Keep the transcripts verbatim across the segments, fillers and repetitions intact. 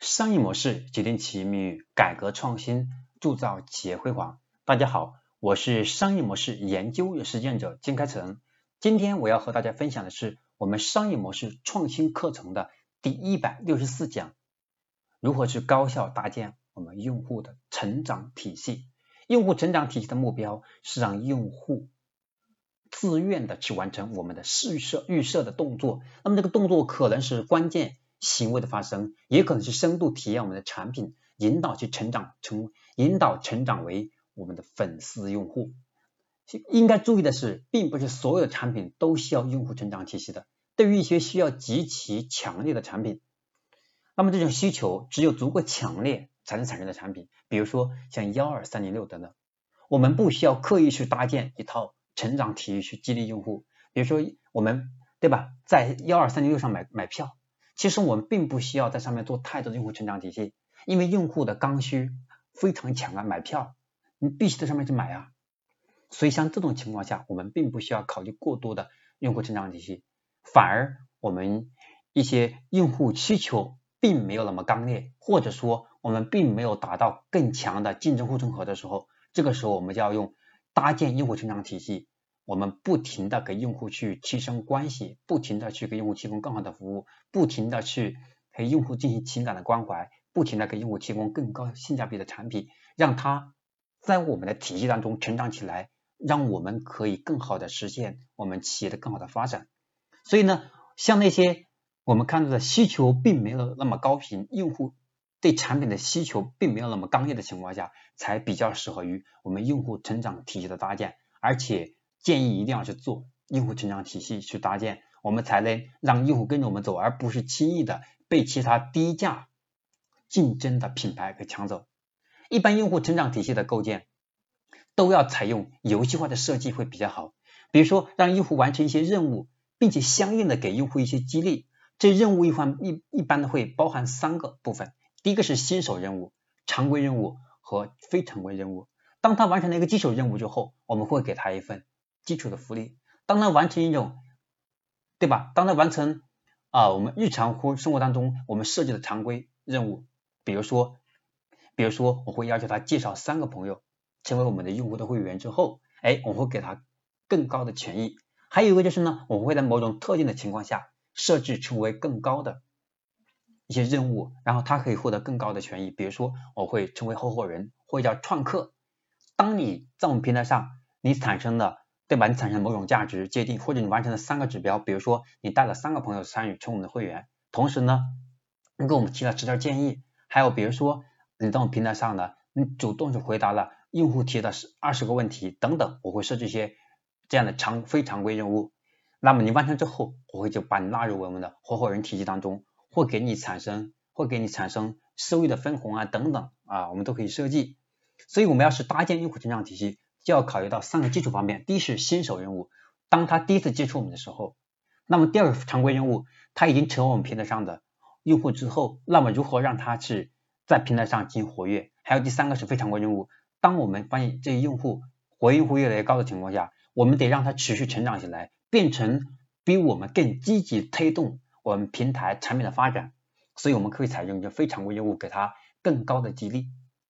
商业模式决定企业命运，改革创新铸造企业辉煌。大家好，我是商业模式研究与实践者金开成。今天我要和大家分享的是我们商业模式创新课程的第一百六十四讲，如何去高效搭建我们用户的成长体系。用户成长体系的目标是让用户自愿的去完成我们的预设预设的动作，那么这个动作可能是关键行为的发生，也可能是深度体验我们的产品，引导去成长成引导成长为我们的粉丝用户。应该注意的是，并不是所有的产品都需要用户成长体系的，对于一些需要极其强烈的产品，那么这种需求只有足够强烈才能产生的产品，比如说像一二三零六等等，我们不需要刻意去搭建一套成长体系去激励用户。比如说我们对吧，在一二三零六上买买票，其实我们并不需要在上面做太多的用户成长体系，因为用户的刚需非常强啊，买票你必须在上面去买啊。所以像这种情况下，我们并不需要考虑过多的用户成长体系，反而我们一些用户需求并没有那么刚烈，或者说我们并没有达到更强的竞争护城河的时候，这个时候我们就要用搭建用户成长体系，我们不停的给用户去提升关系，不停的去给用户提供更好的服务，不停的去给用户进行情感的关怀，不停的给用户提供更高性价比的产品，让他在我们的体系当中成长起来，让我们可以更好的实现我们企业的更好的发展。所以呢，像那些我们看到的需求并没有那么高频，用户对产品的需求并没有那么刚烈的情况下，才比较适合于我们用户成长体系的搭建，而且建议一定要去做用户成长体系去搭建，我们才能让用户跟着我们走，而不是轻易的被其他低价竞争的品牌给抢走。一般用户成长体系的构建都要采用游戏化的设计会比较好，比如说让用户完成一些任务，并且相应的给用户一些激励。这任务一般一一般的会包含三个部分，第一个是新手任务、常规任务和非常规任务。当他完成了一个基础任务之后，我们会给他一份基础的福利。当他完成一种，对吧？当他完成啊、呃、我们日常活生活当中我们设计的常规任务，比如说，比如说我会要求他介绍三个朋友成为我们的用户的会员之后，哎，我会给他更高的权益。还有一个就是呢，我会在某种特定的情况下设置成为更高的一些任务，然后他可以获得更高的权益。比如说我会成为合伙人，或者叫创客。当你在我们平台上你产生了对吧，你产生某种价值界定，或者你完成了三个指标，比如说你带了三个朋友参与成我们的会员，同时呢你给我们提了指导建议，还有比如说你在我们平台上呢你主动去回答了用户提的二十个问题等等，我会设置一些这样的常非常规任务。那么你完成之后，我会就把你纳入我们的合伙人体系当中，会给你产生会给你产生收益的分红啊等等啊，我们都可以设计。所以我们要是搭建用户成长体系，就要考虑到三个基础方面。第一是新手任务，当他第一次接触我们的时候。那么第二个常规任务，他已经成为我们平台上的用户之后，那么如何让他去在平台上进行活跃。还有第三个是非常规任务，当我们发现这些用户活跃用户越来越高的情况下，我们得让他持续成长起来，变成比我们更积极推动我们平台产品的发展，所以我们可以采用一个非常规任务给他更高的激励。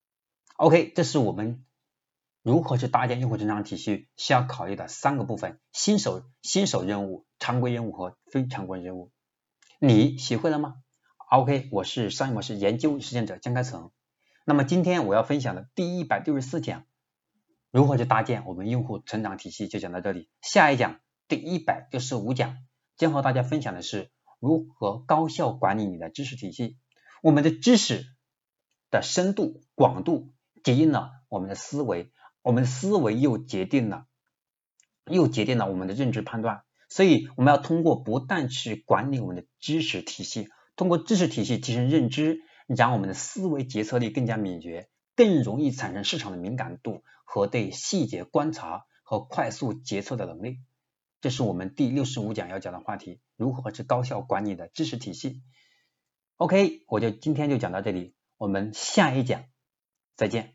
OK， 这是我们如何去搭建用户成长体系需要考虑的三个部分，新手新手任务、常规任务和非常规任务。你学会了吗？ OK， 我是商业模式研究实践者江开成。那么今天我要分享的第一百六十四讲，如何去搭建我们用户成长体系就讲到这里。下一讲第一百六十五讲将和大家分享的是如何高效管理你的知识体系。我们的知识的深度广度决定了我们的思维，我们的思维又决定了又决定了我们的认知判断。所以我们要通过不断去管理我们的知识体系，通过知识体系提升认知，让我们的思维决策力更加敏捷，更容易产生市场的敏感度和对细节观察和快速决策的能力。这是我们第六十五讲要讲的话题，如何去高效管理的知识体系。 OK， 我就今天就讲到这里，我们下一讲再见。